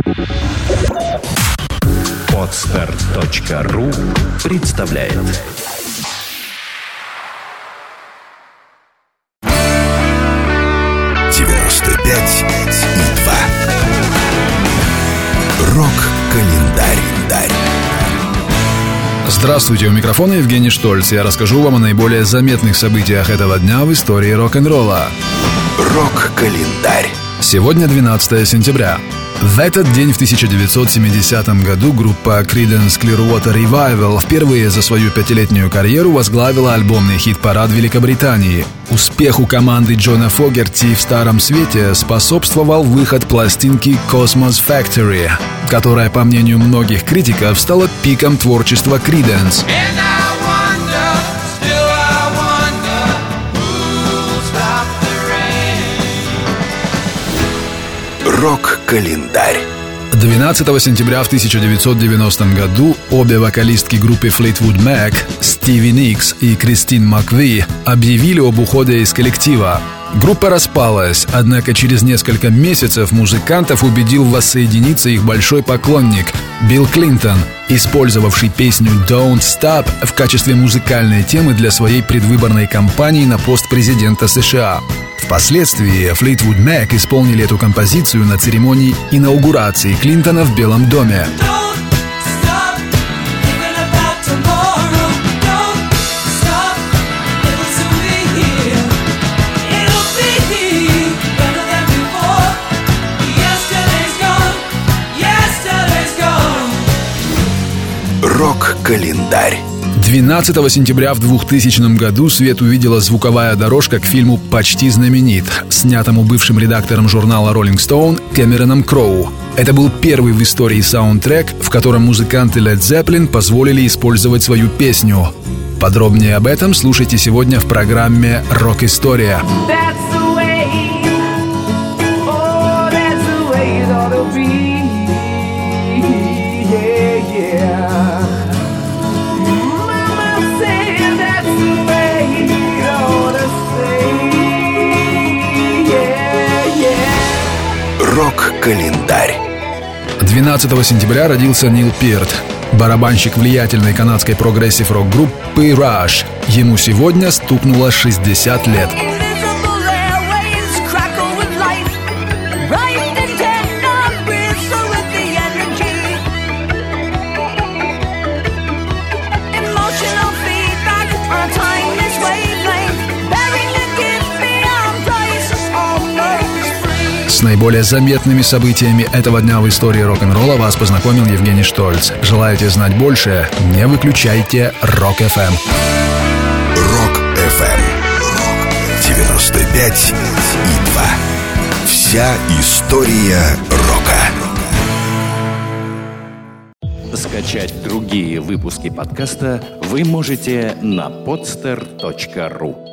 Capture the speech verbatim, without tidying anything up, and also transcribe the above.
Подстер точка ру представляет. девяносто пять и два. Рок-календарь. Здравствуйте, у микрофона Евгений Штольц. Я расскажу вам о наиболее заметных событиях этого дня в истории рок-н-ролла. Рок-календарь. Сегодня двенадцатое сентября. В этот день в тысяча девятьсот семидесятом году группа Creedence Clearwater Revival впервые за свою пятилетнюю карьеру возглавила альбомный хит-парад Великобритании. Успеху команды Джона Фогерти в Старом Свете способствовал выход пластинки Cosmos Factory, которая, по мнению многих критиков, стала пиком творчества Creedence. Рок-календарь. двенадцатого сентября в тысяча девятьсот девяностом году обе вокалистки группы Fleetwood Mac, Стиви Никс и Кристин Макви, объявили об уходе из коллектива. Группа распалась, однако через несколько месяцев музыкантов убедил воссоединиться их большой поклонник Билл Клинтон, использовавший песню «Don't Stop» в качестве музыкальной темы для своей предвыборной кампании на пост президента США. Впоследствии Fleetwood Mac исполнили эту композицию на церемонии инаугурации Клинтона в Белом доме. Рок-календарь. двенадцатого сентября в двухтысячном году свет увидела звуковая дорожка к фильму «Почти знаменит», снятому бывшим редактором журнала Rolling Stone Кэмероном Кроу. Это был первый в истории саундтрек, в котором музыканты Led Zeppelin позволили использовать свою песню. Подробнее об этом слушайте сегодня в программе «Рок-история». Рок-календарь. двенадцатого сентября родился Нил Пирт, барабанщик влиятельной канадской прогрессив-рок-группы Rush. Ему сегодня стукнуло шестьдесят лет. С наиболее заметными событиями этого дня в истории рок-н-ролла вас познакомил Евгений Штольц. Желаете знать больше? Не выключайте Рок эф эм. Рок эф эм. девяносто пять и два. Вся история рока. Скачать другие выпуски подкаста вы можете на подстер точка ру.